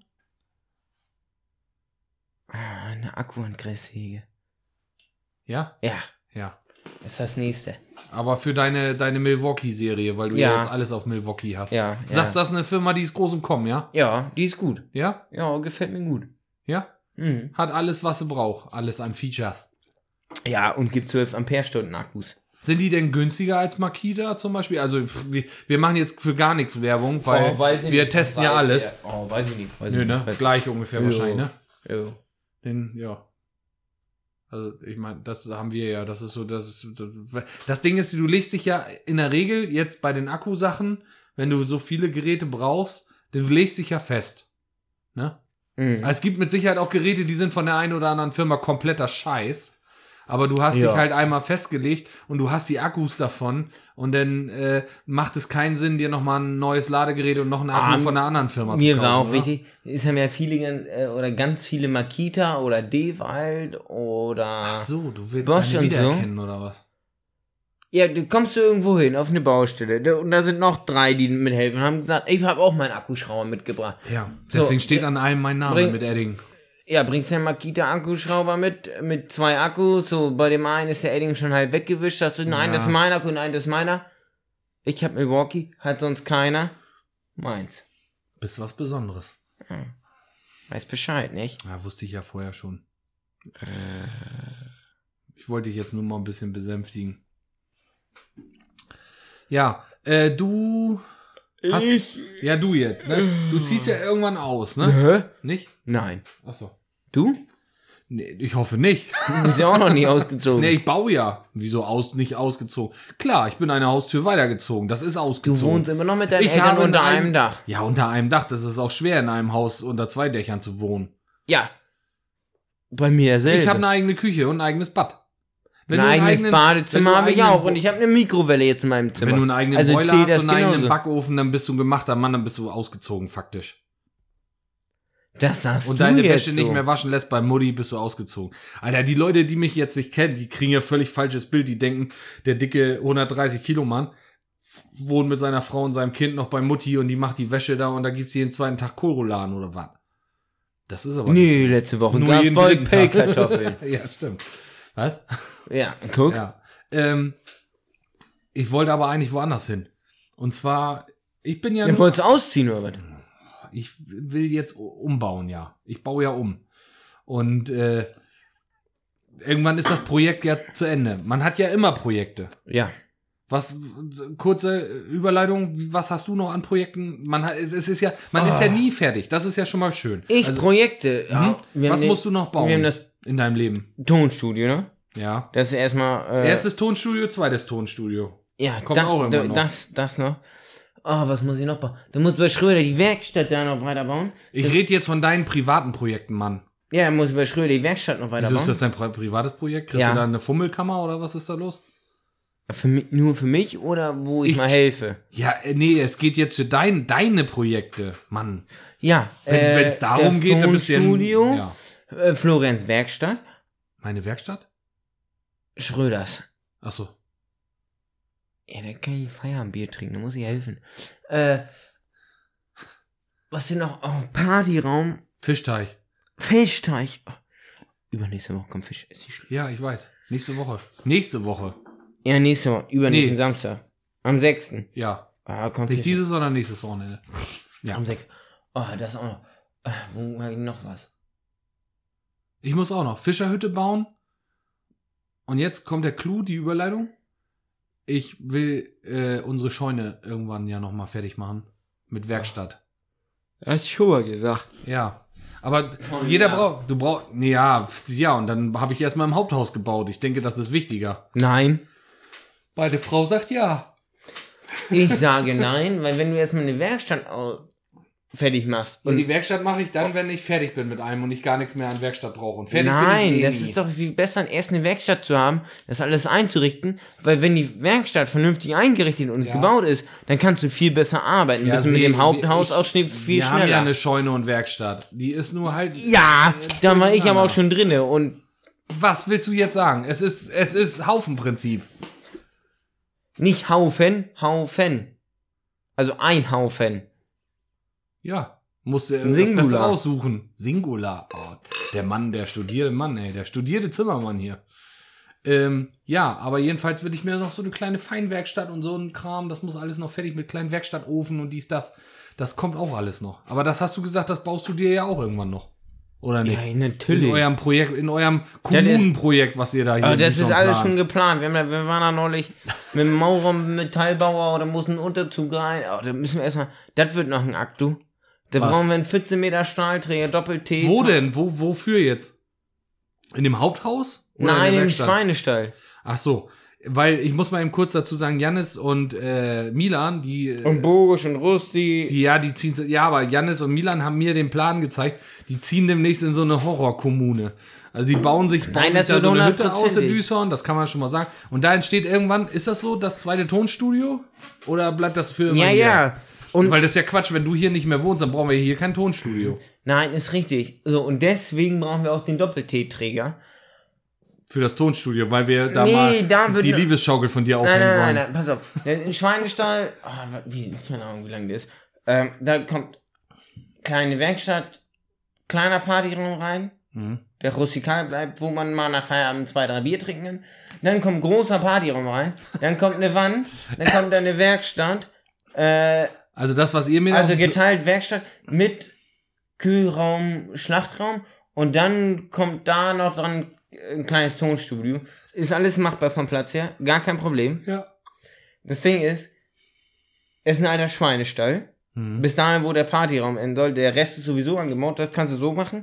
A: Eine Akku- und Gresssäge.
B: Ja?
A: Ja,
B: Ja.
A: das ist das nächste.
B: Aber für deine Milwaukee-Serie, weil du ja jetzt alles auf Milwaukee hast.
A: Ja.
B: Du sagst, das ist eine Firma, die ist groß im Kommen, ja?
A: Ja, die ist gut.
B: Ja?
A: Ja, gefällt mir gut.
B: Ja?
A: Mhm.
B: Hat alles, was sie braucht. Alles an Features.
A: Ja, und gibt 12 Ampere-Stunden Akkus.
B: Sind die denn günstiger als Makita zum Beispiel? Also wir machen jetzt für gar nichts Werbung, weil wir testen ja alles.
A: Weiß ich nicht.
B: Nö, ne? Gleich ungefähr wahrscheinlich, ne?
A: Jo.
B: Ja. Also ich meine, das haben wir ja. Das Ding ist, du legst dich ja in der Regel jetzt bei den Akkusachen, wenn du so viele Geräte brauchst, du legst dich ja fest. Ne?
A: Mhm.
B: Es gibt mit Sicherheit auch Geräte, die sind von der einen oder anderen Firma kompletter Scheiß. Aber du hast dich halt einmal festgelegt und du hast die Akkus davon und dann macht es keinen Sinn, dir nochmal ein neues Ladegerät und noch einen Akku von einer anderen Firma zu kaufen.
A: Mir war auch
B: oder?
A: wichtig, es haben ja viele oder ganz viele Makita oder Dewald oder
B: Ach so, du willst
A: Bosch
B: deine
A: und
B: wiedererkennen oder was?
A: Ja, du kommst irgendwo hin, auf eine Baustelle und da sind noch 3, die mithelfen und haben gesagt, ich habe auch meinen Akkuschrauber mitgebracht.
B: Ja, deswegen
A: So,
B: steht an allem mein Name mit Edding.
A: Ja, bringst du einen Makita-Akkuschrauber mit 2 Akkus, so bei dem einen ist der Edding schon halb weggewischt, hast du, nein, das ist mein Akku, nein, das ist meiner. Ich hab Milwaukee, hat sonst keiner. Meins.
B: Bist was Besonderes.
A: Ja. Weiß Bescheid, nicht?
B: Ja, wusste ich ja vorher schon. Ich wollte dich jetzt nur mal ein bisschen besänftigen. Ja, du... Ja, du jetzt, ne? Du ziehst ja irgendwann aus, ne?
A: Hä?
B: Nicht?
A: Nein.
B: Achso.
A: Du?
B: Nee, ich hoffe nicht.
A: Du bist ja auch noch nie ausgezogen.
B: Nee, ich baue ja. Wieso nicht ausgezogen? Klar, ich bin eine Haustür weitergezogen. Das ist
A: Du
B: ausgezogen.
A: wohnst immer noch mit deinen
B: Ich
A: Eltern
B: habe
A: unter einem Dach.
B: Ja, unter einem Dach. Das ist auch schwer, in einem Haus unter 2 Dächern zu wohnen.
A: Ja. Bei mir selber.
B: Ich habe eine eigene Küche und ein eigenes Bad.
A: Ein eigenes Badezimmer habe ich auch und ich habe eine Mikrowelle jetzt in meinem Zimmer.
B: Wenn du einen eigenen
A: also
B: Boiler
A: zählt
B: hast
A: das
B: und einen eigenen
A: genauso.
B: Backofen, dann bist du ein gemachter Mann, dann bist du ausgezogen faktisch.
A: Das sagst
B: Und
A: du
B: deine
A: jetzt
B: Wäsche nicht
A: so.
B: mehr waschen lässt bei Mutti, bist du ausgezogen. Alter, die Leute, die mich jetzt nicht kennen, die kriegen ja völlig falsches Bild. Die denken, der dicke 130 Kilo Mann wohnt mit seiner Frau und seinem Kind noch bei Mutti und die macht die Wäsche da und da gibt's jeden zweiten Tag Kohlrouladen oder was. Das ist aber
A: Nee,
B: nicht
A: letzte Woche
B: Nur
A: gab
B: jeden
A: es
B: dritten Tag.
A: Pellkartoffeln.
B: so. Ja, stimmt. Was?
A: Ja, guck.
B: Ja. Ich wollte aber eigentlich woanders hin. Und zwar, ich bin ja
A: Dann wolltest du ausziehen oder was?
B: ich will jetzt umbauen, ja. Ich baue ja um. Und irgendwann ist das Projekt ja zu Ende. Man hat ja immer Projekte.
A: Ja.
B: Kurze Überleitung, was hast du noch an Projekten? Man ist ja nie fertig. Das ist ja schon mal schön.
A: Projekte. Ja,
B: Was musst du noch bauen
A: wir haben das
B: in deinem Leben?
A: Tonstudio, ne?
B: Ja.
A: Das ist erstmal.
B: Erstes Tonstudio, zweites Tonstudio.
A: Ja,
B: kommt auch immer noch.
A: Das noch. Oh, was muss ich noch bauen? Du musst bei Schröder die Werkstatt da noch weiterbauen.
B: Ich rede jetzt von deinen privaten Projekten, Mann.
A: Ja, muss bei Schröder die Werkstatt noch
B: Wieso
A: weiterbauen.
B: ist das dein privates Projekt? Kriegst
A: Ja.
B: du da eine Fummelkammer oder was ist da los?
A: Nur für mich oder wo ich mal helfe?
B: Ja, nee, es geht jetzt für deine Projekte, Mann.
A: Ja.
B: Wenn es darum
A: das
B: geht, dann bist du ja...
A: Tonstudio,
B: Ja.
A: Florenz Werkstatt,
B: Meine Werkstatt?
A: Schröders.
B: Achso.
A: Ja, da kann ich Feierabendbier trinken, da muss ich helfen. Was denn noch? Oh, Partyraum,
B: Fischteich.
A: Fischteich. Oh, übernächste Woche kommt Fisch. Ist nicht schlimm.
B: Ja, ich weiß. Nächste Woche.
A: Ja, nächste Woche. Übernächsten
B: Nee.
A: Samstag. Am 6.
B: Ja.
A: Ah, kommt
B: Nicht
A: Fisch.
B: dieses, sondern nächstes Wochenende. Ja.
A: Am 6. Oh, das auch noch. Wo habe ich noch was?
B: Ich muss auch noch Fischerhütte bauen Und jetzt kommt der Clou, die Überleitung. Ich will unsere Scheune irgendwann ja nochmal fertig machen. Mit Werkstatt.
A: Hast du schon mal gesagt.
B: Ja. Aber jeder braucht, und dann habe ich erstmal im Haupthaus gebaut. Ich denke, das ist wichtiger.
A: Nein.
B: Meine Frau sagt ja.
A: Ich sage nein, weil wenn du erstmal eine Werkstatt fertig machst.
B: Und die Werkstatt mache ich dann, wenn ich fertig bin mit einem und ich gar nichts mehr an Werkstatt brauche. Und fertig
A: Nein,
B: bin ich
A: das ist doch viel besser, erst eine Werkstatt zu haben, das alles einzurichten, weil wenn die Werkstatt vernünftig eingerichtet und gebaut ist, dann kannst du viel besser arbeiten.
B: Ja,
A: bist du mit dem Haupthaus auch viel schneller.
B: Wir haben ja eine Scheune und Werkstatt. Die ist nur halt...
A: Ja, da war ich aber auch schon drinne und...
B: Was willst du jetzt sagen? Es ist Haufenprinzip.
A: Nicht Haufen. Also ein Haufen.
B: Ja, musst du
A: Singular.
B: das aussuchen. Singular. Oh, der studierte Zimmermann hier. Ja, aber jedenfalls will ich mir noch so eine kleine Feinwerkstatt und so ein Kram, das muss alles noch fertig mit kleinen Werkstattofen und dies, das. Das kommt auch alles noch. Aber das hast du gesagt, das baust du dir ja auch irgendwann noch. Oder nicht?
A: Ja, natürlich.
B: In eurem Projekt, in eurem Kommunenprojekt, was ihr da hier
A: aber das ist alles
B: plant.
A: schon geplant. Wir waren da neulich mit dem Maurer, Metallbauer oder muss ein Unterzug rein. Oh, da müssen wir erstmal, das wird noch ein Akt, du. Da
B: Was?
A: brauchen wir einen 14 Meter Stahlträger, Doppel-T.
B: Wo denn? Wofür jetzt? In dem Haupthaus? Oder
A: Nein,
B: in der
A: im
B: Werkstatt?
A: Schweinestall.
B: Ach so. Weil ich muss mal eben kurz dazu sagen, Jannis und Milan, die
A: Und Boris und Rusti.
B: die ziehen, aber Jannis und Milan haben mir den Plan gezeigt, die ziehen demnächst in so eine Horrorkommune. Also die bauen sich
A: Nein, das
B: da
A: wird
B: so eine Hütte aus in
A: 100%.
B: Düsseldorf, das kann man schon mal sagen. Und da entsteht irgendwann, ist das so, das zweite Tonstudio? Oder bleibt das für immer
A: Ja,
B: hier?
A: ja. Und
B: Weil das ist ja Quatsch, wenn du hier nicht mehr wohnst, dann brauchen wir hier kein Tonstudio.
A: nein, ist richtig. So, und deswegen brauchen wir auch den Doppel-T-Träger.
B: Für das Tonstudio, weil wir da
A: Nee,
B: mal
A: da wird
B: die
A: noch-
B: Liebesschaukel von dir aufhängen wollen.
A: Nein, pass auf. Ein Schweinestall, keine Ahnung, wie lang der ist. Da kommt kleine Werkstatt, kleiner Partyraum rein, der rustikal bleibt, wo man mal nach Feierabend 2, 3 Bier trinken kann. Dann kommt großer Partyraum rein, dann kommt eine Wand, dann kommt eine Werkstatt,
B: Also das, was ihr mir...
A: also geteilt Werkstatt mit Kühlraum, Schlachtraum und dann kommt da noch dran ein kleines Tonstudio. Ist alles machbar vom Platz her, gar kein Problem.
B: Ja.
A: Das Ding ist, es ist ein alter Schweinestall. Bis dahin, wo der Partyraum enden soll. Der Rest ist sowieso angebaut, das kannst du so machen.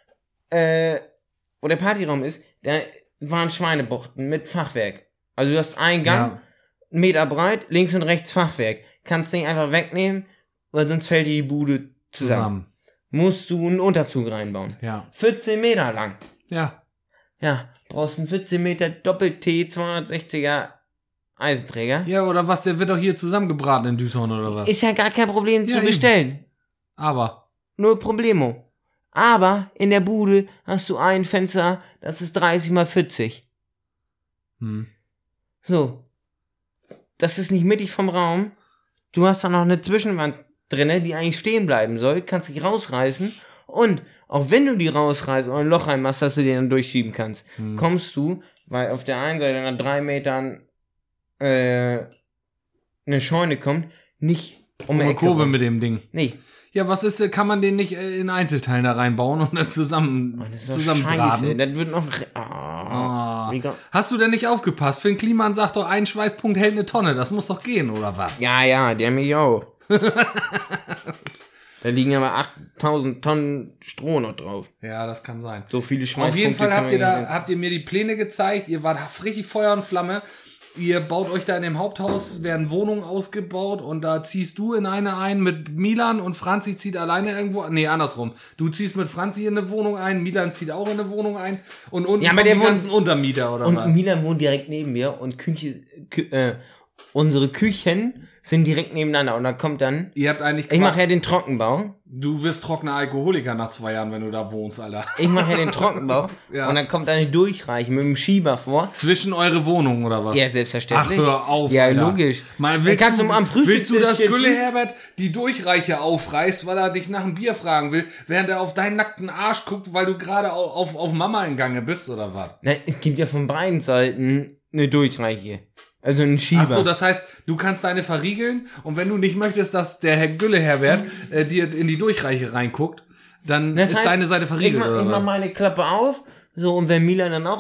A: Wo der Partyraum ist, da waren Schweinebuchten mit Fachwerk. Also du hast einen Gang,
B: Ja.
A: 1 Meter breit, links und rechts Fachwerk. Kannst den einfach wegnehmen, weil sonst fällt die Bude zusammen. Musst du einen Unterzug reinbauen.
B: Ja.
A: 14 Meter lang.
B: Ja.
A: Ja, brauchst einen 14 Meter Doppel-T 260er Eisenträger.
B: Ja, oder was, der wird doch hier zusammengebraten in Düsseldorf oder was?
A: Ist ja gar kein Problem
B: Ja,
A: zu
B: eben.
A: bestellen.
B: Aber.
A: Null Problemo. Aber in der Bude hast du ein Fenster, das ist 30 mal 40. So. Das ist nicht mittig vom Raum. Du hast da noch eine Zwischenwand drinne, die eigentlich stehen bleiben soll. Kannst dich rausreißen. Und auch wenn du die rausreißt und ein Loch reinmachst, dass du den dann durchschieben kannst, kommst du, weil auf der einen Seite nach 3 Metern eine Scheune kommt, nicht um
B: Eine
A: eine
B: Kurve mit dem Ding.
A: Nee.
B: Ja, was ist, kann man den nicht in Einzelteilen da reinbauen und dann
A: Das ist doch scheiße.
B: zusammenbraten?
A: Das wird noch...
B: Ah.
A: Mega.
B: Hast du denn nicht aufgepasst? Finn Kliman sagt doch, ein Schweißpunkt hält eine Tonne. Das muss doch gehen, oder was?
A: Ja, der mich auch. Da liegen aber 8000 Tonnen Stroh noch drauf.
B: Ja, das kann sein.
A: So viele Schweißpunkte.
B: Auf jeden Fall
A: kann man nicht
B: habt ihr mir die Pläne gezeigt. Ihr wart richtig Feuer und Flamme. Ihr baut euch da in dem Haupthaus, werden Wohnungen ausgebaut und da ziehst du in eine ein mit Milan und Franzi zieht alleine irgendwo, nee, andersrum. Du ziehst mit Franzi in eine Wohnung ein, Milan zieht auch in eine Wohnung ein und unten
A: Ja, aber
B: kommen
A: der
B: die
A: wohnt-
B: ganzen Untermieter oder
A: Und
B: was?
A: Milan wohnt direkt neben mir und unsere Küchen sind direkt nebeneinander und da kommt dann...
B: Ihr habt eigentlich
A: Ich mache ja den Trockenbau.
B: Du wirst trockener Alkoholiker nach 2 Jahren, wenn du da wohnst, Alter.
A: Ich mache ja den Trockenbau.
B: Ja.
A: Und dann kommt eine Durchreiche mit dem Schieber vor.
B: Zwischen eure Wohnungen oder was?
A: Ja, selbstverständlich.
B: Ach, hör auf,
A: Ja,
B: Alter.
A: logisch.
B: Mal,
A: Dann kannst du am Frühstück
B: willst du, dass
A: sitzen-
B: Gülle Herbert die Durchreiche aufreißt, weil er dich nach einem Bier fragen will, während er auf deinen nackten Arsch guckt, weil du gerade auf Mama in Gange bist, oder was?
A: Nein, es gibt ja von beiden Seiten eine Durchreiche. Also einen Schieber.
B: Ach so, das heißt, du kannst deine verriegeln und wenn du nicht möchtest, dass der Herr Gülle Herbert dir in die Durchreiche reinguckt, dann
A: Das
B: ist
A: heißt,
B: deine Seite verriegelt,
A: ich
B: oder
A: mach
B: was?
A: meine Klappe auf, so, und wenn Milan dann auch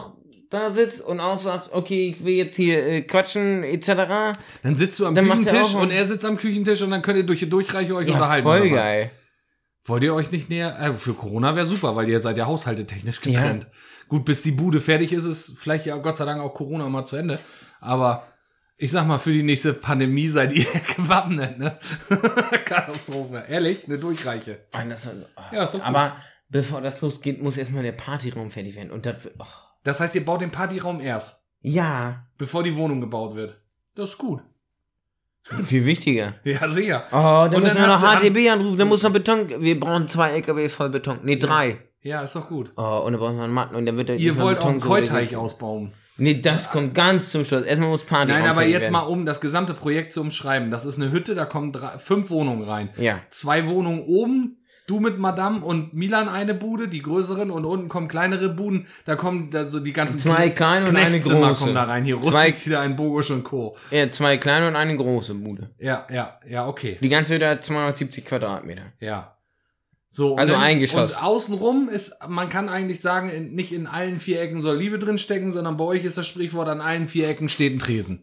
A: da sitzt und auch sagt, okay, ich will jetzt hier quatschen, etc.
B: Dann sitzt du am
A: Dann macht er
B: Küchentisch
A: auch-
B: und er sitzt am Küchentisch und dann könnt ihr durch die Durchreiche euch
A: Ja,
B: unterhalten.
A: voll
B: oder was?
A: geil.
B: Wollt ihr euch nicht näher... für Corona wäre super, weil ihr seid ja haushaltetechnisch getrennt. Gut, bis die Bude fertig ist, ist vielleicht ja Gott sei Dank auch Corona mal zu Ende. Aber ich sag mal, für die nächste Pandemie seid ihr gewappnet, ne? Katastrophe. Ehrlich, eine Durchreiche.
A: Mann,
B: Ja, ist doch gut.
A: aber bevor das losgeht, muss erstmal der Partyraum fertig werden. Und das wird,
B: Das heißt, ihr baut den Partyraum erst,
A: ja,
B: bevor die Wohnung gebaut wird. Das ist gut.
A: viel wichtiger.
B: Ja, sicher.
A: Oh, dann
B: Und
A: müssen
B: dann
A: wir noch
B: habt ihr
A: HTB anrufen, dann muss noch Beton, wir brauchen 2 LKW voll Beton. Nee, 3.
B: Ja, ist doch gut.
A: Oh, und dann brauchen wir einen Matten und dann wird der
B: Ihr
A: nicht mal
B: wollt auch einen
A: Beton so
B: Keuteich
A: richtig-
B: ausbauen.
A: Nee, das kommt ganz zum Schluss. Erstmal muss Partyraum
B: Nein, aber
A: fertig
B: jetzt
A: werden.
B: mal um das gesamte Projekt zu umschreiben. Das ist eine Hütte, da kommen 5 Wohnungen rein.
A: Ja.
B: 2 Wohnungen oben, du mit Madame und Milan eine Bude, die größeren, und unten kommen kleinere Buden. Da kommen da so die ganzen
A: 2 kleine und eine
B: Knechtzimmer
A: große.
B: kommen da rein. Hier
A: 2,
B: Rustizida, ein Bogusch und Co.
A: 2 kleine und eine große Bude.
B: Ja, okay.
A: Die ganze Hütte hat 270 Quadratmeter.
B: Ja. So,
A: Also
B: und
A: ein Geschoss.
B: Und außenrum ist, man kann eigentlich sagen, nicht in allen 4 Ecken soll Liebe drin stecken, sondern bei euch ist das Sprichwort, an allen 4 Ecken steht ein Tresen.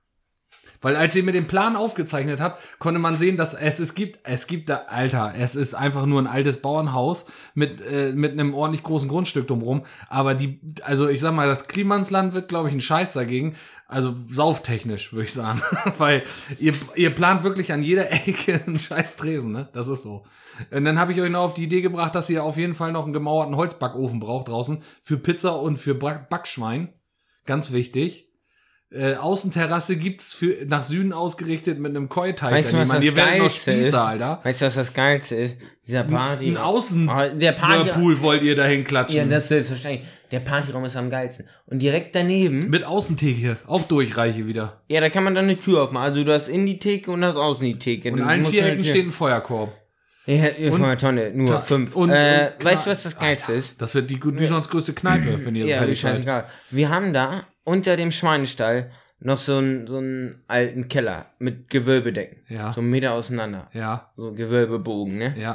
B: Weil als ihr mir den Plan aufgezeichnet habt, konnte man sehen, dass es gibt da, Alter, es ist einfach nur ein altes Bauernhaus mit einem ordentlich großen Grundstück drumrum. Aber also ich sag mal, das Klimansland wird, glaube ich, ein Scheiß dagegen. Also sauftechnisch, würde ich sagen. Weil ihr plant wirklich an jeder Ecke einen scheiß Tresen, ne? Das ist so. Und dann habe ich euch noch auf die Idee gebracht, dass ihr auf jeden Fall noch einen gemauerten Holzbackofen braucht draußen. Für Pizza und für Backschwein. Ganz wichtig. Außenterrasse gibt's nach Süden ausgerichtet mit einem Keuteich.
A: Weißt du, was das
B: Ihr werdet noch
A: Geilste ist?
B: Spießer, Alter.
A: Weißt du, was das Geilste ist? Dieser Party.
B: Ein Außenpool
A: der Party.
B: wollt ihr dahin klatschen.
A: Ja, das ist selbstverständlich. Der Partyraum ist am geilsten. Und direkt daneben,
B: Mit Außentheke. Auch Durchreiche wieder.
A: ja, da kann man dann eine Tür aufmachen. Also du hast in die Theke und hast außen die Theke.
B: Und
A: Du
B: in allen
A: musst
B: 4
A: eine
B: Ecken
A: Tür-
B: steht ein Feuerkorb.
A: Ja, von der Tonne, nur 5. Weißt du, was das Geilste ist?
B: Das wird die Düsseldorfs größte Kneipe, wenn ihr so
A: Ja,
B: fertig seid.
A: scheißegal. Wir haben da unter dem Schweinestall noch so einen alten Keller mit Gewölbedecken.
B: Ja.
A: So 1 Meter auseinander.
B: Ja,
A: So Gewölbebogen, ne?
B: ja.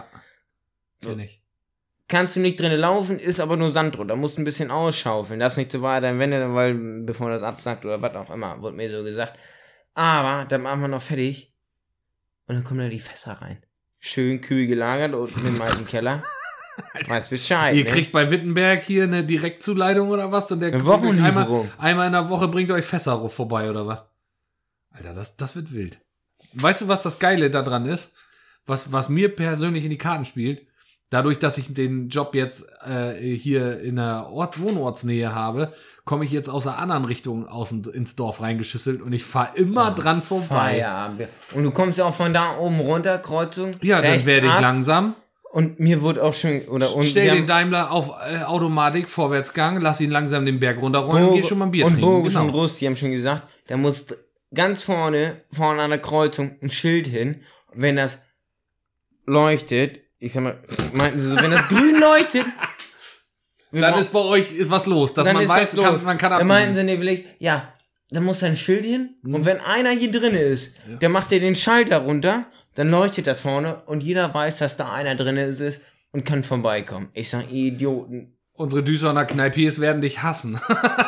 B: Kenn ich.
A: Kannst du nicht drinnen laufen, ist aber nur Sand drunter. Musst ein bisschen ausschaufeln. Darfst nicht zu weit an Wände, weil, bevor das absackt oder was auch immer, wurde mir so gesagt. Aber dann machen wir noch fertig. Und dann kommen da die Fässer rein. Schön kühl gelagert unten im alten Keller. Weiß Bescheid.
B: Ihr
A: ne?
B: kriegt bei Wittenberg hier eine Direktzuleitung oder was? Und der
A: Eine
B: bringt euch
A: Wochenlieferung.
B: einmal in der Woche bringt euch Fässer vorbei oder was? Alter, das wird wild. Weißt du, was das Geile daran ist? Was mir persönlich in die Karten spielt? Dadurch, dass ich den Job jetzt hier in der Wohnortsnähe habe, komme ich jetzt aus der anderen Richtung ins Dorf reingeschüsselt und ich fahre immer dran vorbei.
A: Feierabend. Und du kommst ja auch von da oben runter, Kreuzung.
B: Ja, dann
A: rechts
B: werde ich
A: ab.
B: langsam.
A: Und mir wurde auch schon, und
B: Stell
A: wir
B: den
A: haben
B: Daimler auf Automatik, Vorwärtsgang, lass ihn langsam den Berg runterrollen und geh schon mal ein Bier
A: und
B: trinken.
A: Bogus und
B: Genau.
A: Rust, die haben schon gesagt, da muss ganz vorne an der Kreuzung ein Schild hin. Und wenn das leuchtet, ich sag mal, meinten sie so, wenn das grün leuchtet,
B: Dann ist bei euch was los, dass
A: dann
B: man
A: ist
B: weiß,
A: was los.
B: man kann
A: Dann meinten
B: abbiegen.
A: sie nämlich, ja, da muss ein Schild hin. Und wenn einer hier drin ist, der macht dir den Schalter runter, dann leuchtet das vorne und jeder weiß, dass da einer drin ist und kann vorbeikommen. Ich sag, Idioten.
B: Unsere Düsseldorfer Kneipiers werden dich hassen.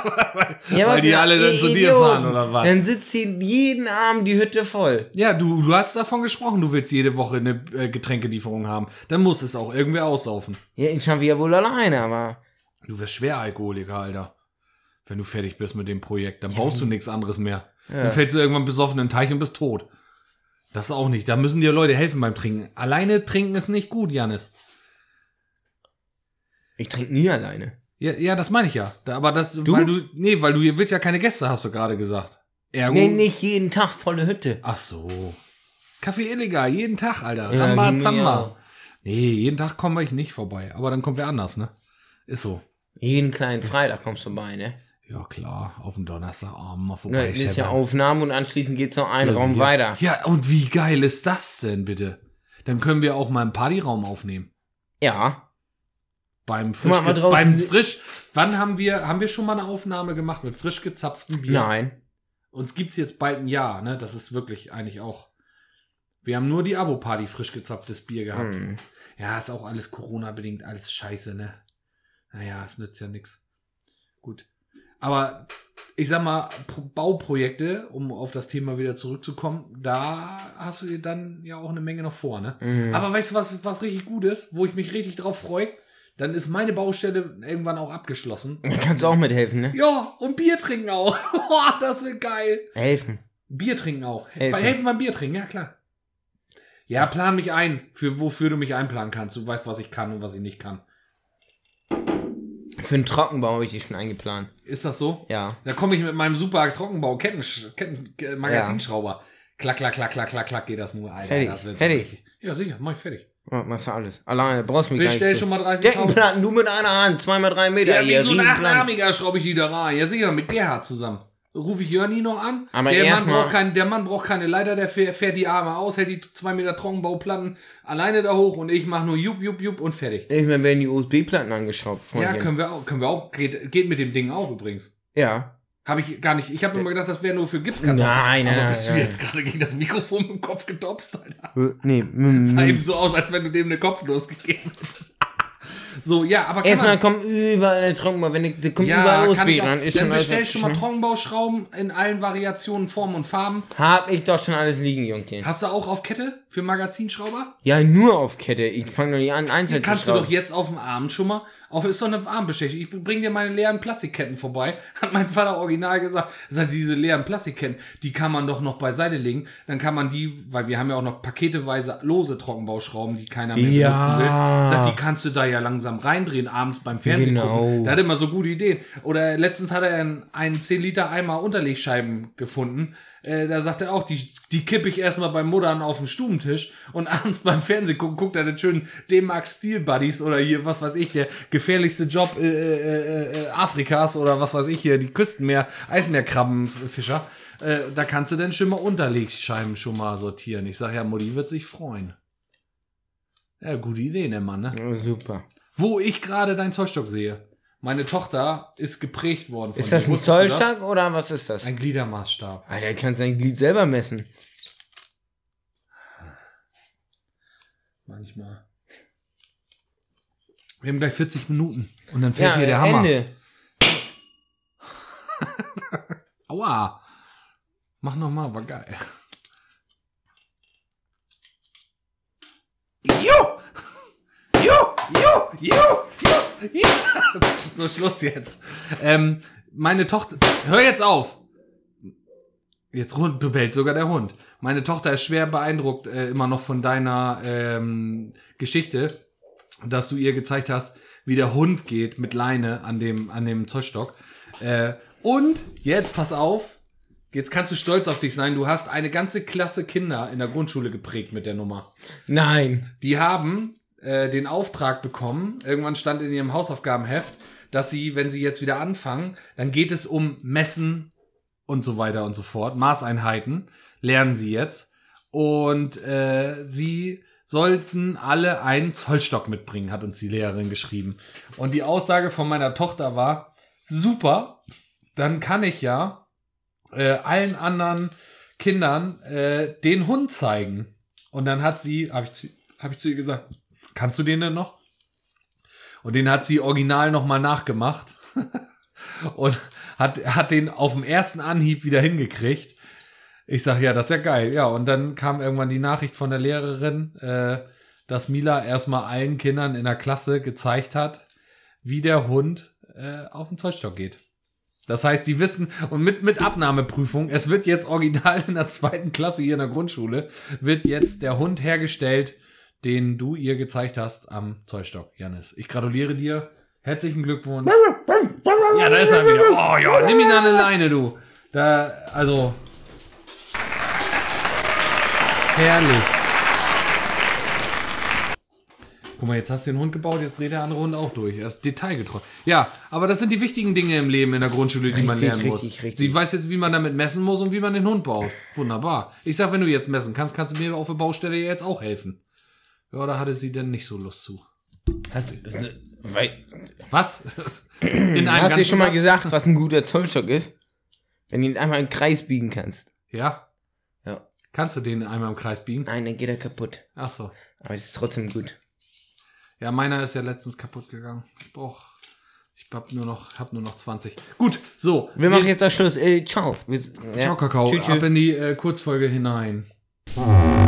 A: Ja,
B: Weil die alle dann zu dir fahren, oder was?
A: Dann sitzt hier jeden Abend die Hütte voll.
B: Ja, du hast davon gesprochen, du willst jede Woche eine Getränkelieferung haben. Dann muss es auch irgendwer aussaufen.
A: Ja, ich schaffe ja wohl alleine, aber...
B: Du wirst schwer Alkoholiker, Alter. Wenn du fertig bist mit dem Projekt, dann brauchst du nichts anderes mehr.
A: Ja.
B: Dann fällst du irgendwann besoffen in den Teich und bist tot. Das ist auch nicht. Da müssen dir Leute helfen beim Trinken. Alleine trinken ist nicht gut, Janis.
A: Ich trinke nie alleine.
B: Ja, das meine ich ja. Aber das, weil du willst ja keine Gäste, hast du gerade gesagt. Ergo.
A: Nee, nicht jeden Tag volle Hütte.
B: Ach so. Kaffee illegal, jeden Tag, Alter.
A: Ja,
B: Samba,
A: ging mir
B: Zamba.
A: auch.
B: Nee, jeden Tag komme ich nicht vorbei. Aber dann kommt wer anders, ne? Ist so.
A: Jeden kleinen Freitag kommst du vorbei, ne?
B: Ja, klar. Auf dem Donnerstagabend mal
A: Ne,
B: vorbei.
A: das ist ja
B: scheppern.
A: Aufnahme und anschließend geht's noch einen
B: Ja,
A: Raum
B: sicher.
A: weiter.
B: Ja, und wie geil ist das denn, bitte? Dann können wir auch mal einen Partyraum aufnehmen.
A: Ja.
B: Beim
A: Guck mal draußen.
B: Wann haben wir schon mal eine Aufnahme gemacht mit frisch gezapftem Bier?
A: Nein.
B: Uns gibt's jetzt bald ein Jahr, ne? Das ist wirklich eigentlich auch. Wir haben nur die Abo-Party frisch gezapftes Bier gehabt.
A: Hm.
B: Ja, ist auch alles Corona-bedingt, alles scheiße, ne? Naja, es nützt ja nix. Gut. Aber ich sag mal, Bauprojekte, um auf das Thema wieder zurückzukommen, da hast du dann ja auch eine Menge noch vor, ne? Aber weißt du, was richtig gut ist, wo ich mich richtig drauf freue? Dann ist meine Baustelle irgendwann auch abgeschlossen.
A: Da kannst du auch mithelfen, ne?
B: Ja, und Bier trinken auch. Das wird geil.
A: Helfen.
B: Bier trinken auch. Helfen beim Bier trinken, ja klar. Ja, plan mich ein, wofür du mich einplanen kannst. Du weißt, was ich kann und was ich nicht kann.
A: Für einen Trockenbau habe ich dich schon eingeplant.
B: Ist das so?
A: Ja.
B: Da komme ich mit meinem super Trockenbau Magazinschrauber. Klack, klack, klack, klack, klack, klack geht das nur. Alter,
A: fertig.
B: Das wird
A: fertig.
B: So ja, sicher, mach ich fertig.
A: Ja, machst du alles. Alleine, brauchst du mich gar nicht.
B: Bestell schon mal 30.000.
A: Deckenplatten, du mit einer Hand, 2x3 Meter.
B: Ja, wie so ein 8-Armiger schraube ich die da rein. Ja, sicher, mit Gerhard zusammen. Rufe ich Jörni noch an.
A: Aber
B: der Mann braucht keine Leiter, der fährt die Arme aus, hält die 2 Meter Trockenbauplatten alleine da hoch und ich mache nur jupp und fertig.
A: Irgendwann werden die USB-Platten angeschraubt.
B: Ja, können wir auch. Geht mit dem Ding auch übrigens.
A: Ja.
B: Habe ich gar nicht. Ich habe immer gedacht, das wäre nur für Gipskarton.
A: Nein.
B: Aber bist du jetzt gerade gegen das Mikrofon mit dem Kopf getopst, Alter?
A: Nee.
B: Sah eben so aus, als wenn du dem eine Kopfnuss gegeben hättest. So, ja, aber
A: erstmal kommen überall eine Trockenbau, da kommt überall USB ran.
B: Dann bestell schon mal Trockenbauschrauben in allen Variationen, Formen und Farben.
A: Hab ich doch schon alles liegen, Jungchen.
B: Hast du auch auf Kette für Magazinschrauber?
A: Ja, nur auf Kette. Ich fange noch nicht an, einzeln zu
B: kannst du doch jetzt auf dem Abend schon mal, auch ist doch eine Armbeschichtung. Ich bring dir meine leeren Plastikketten vorbei. Hat mein Vater original gesagt. Sagt, diese leeren Plastikketten, die kann man doch noch beiseite legen. Dann kann man die, weil wir haben ja auch noch paketeweise lose Trockenbauschrauben, die keiner mehr benutzen will. Sagt, die kannst du da ja langsam reindrehen, abends beim Fernsehen gucken. Der hat immer so gute Ideen. Oder letztens hat er einen 10 Liter Eimer Unterlegscheiben gefunden. Da sagt er auch, die kippe ich erstmal beim Muddern auf den Stubentisch und abends beim Fernsehen guckt er den schönen D-Max Steel Buddies oder hier, was weiß ich, der gefährlichste Job Afrikas oder was weiß ich hier, die Eismeerkrabbenfischer. Da kannst du dann schon mal Unterlegscheiben schon mal sortieren. Ich sag ja, Mutti wird sich freuen. Ja, gute Idee, der Mann, ne?
A: Ja, super.
B: Wo ich gerade deinen Zollstock sehe. Meine Tochter ist geprägt worden von
A: Ist das ein Zollstock oder was ist das?
B: Ein Gliedermaßstab.
A: Alter, kannst dein Glied selber messen.
B: Manchmal. Wir haben gleich 40 Minuten. Und dann fällt hier der Hammer.
A: Ende.
B: Aua. Mach nochmal, war geil. So, Schluss jetzt. Meine Tochter, hör jetzt auf. Jetzt bellt sogar der Hund. Meine Tochter ist schwer beeindruckt immer noch von deiner Geschichte, dass du ihr gezeigt hast, wie der Hund geht mit Leine an dem Zollstock. Und jetzt pass auf, jetzt kannst du stolz auf dich sein. Du hast eine ganze Klasse Kinder in der Grundschule geprägt mit der Nummer.
A: Nein.
B: Die haben den Auftrag bekommen, irgendwann stand in ihrem Hausaufgabenheft, dass sie, wenn sie jetzt wieder anfangen, dann geht es um Messen und so weiter und so fort. Maßeinheiten lernen sie jetzt. Und sie sollten alle einen Zollstock mitbringen, hat uns die Lehrerin geschrieben. Und die Aussage von meiner Tochter war, super, dann kann ich ja allen anderen Kindern den Hund zeigen. Und dann hat sie, hab ich zu ihr gesagt, kannst du den denn noch? Und den hat sie original nochmal nachgemacht und hat den auf dem ersten Anhieb wieder hingekriegt. Ich sag, ja, das ist ja geil. Ja, und dann kam irgendwann die Nachricht von der Lehrerin, dass Mila erstmal allen Kindern in der Klasse gezeigt hat, wie der Hund auf den Zollstock geht. Das heißt, die wissen, und mit Abnahmeprüfung, es wird jetzt original in der 2. Klasse hier in der Grundschule, wird jetzt der Hund hergestellt, den du ihr gezeigt hast am Zollstock, Jannis. Ich gratuliere dir. Herzlichen Glückwunsch. Ja, da ist er wieder. Oh ja, nimm ihn an eine Leine, du. Da, also. Herrlich. Guck mal, jetzt hast du den Hund gebaut, jetzt dreht der andere Hund auch durch. Er ist detailgetreu. Ja, aber das sind die wichtigen Dinge im Leben in der Grundschule, die man lernen muss.
A: Richtig.
B: Sie weiß jetzt, wie man damit messen muss und wie man den Hund baut. Wunderbar. Ich sag, wenn du jetzt messen kannst, kannst du mir auf der Baustelle jetzt auch helfen. Ja, da hatte sie denn nicht so Lust zu. Was?
A: Hast du schon mal gesagt, was ein guter Zollstock ist? Wenn du ihn einmal im Kreis biegen kannst.
B: Ja?
A: Ja.
B: Kannst du den einmal im Kreis biegen?
A: Nein, dann geht er kaputt.
B: Ach so.
A: Aber es ist trotzdem gut.
B: Ja, meiner ist ja letztens kaputt gegangen. Ich hab nur noch 20. Gut, so.
A: Wir machen jetzt auch Schluss. Ciao.
B: Ciao, Kakao.
A: Tschüss.
B: Ab in die Kurzfolge hinein.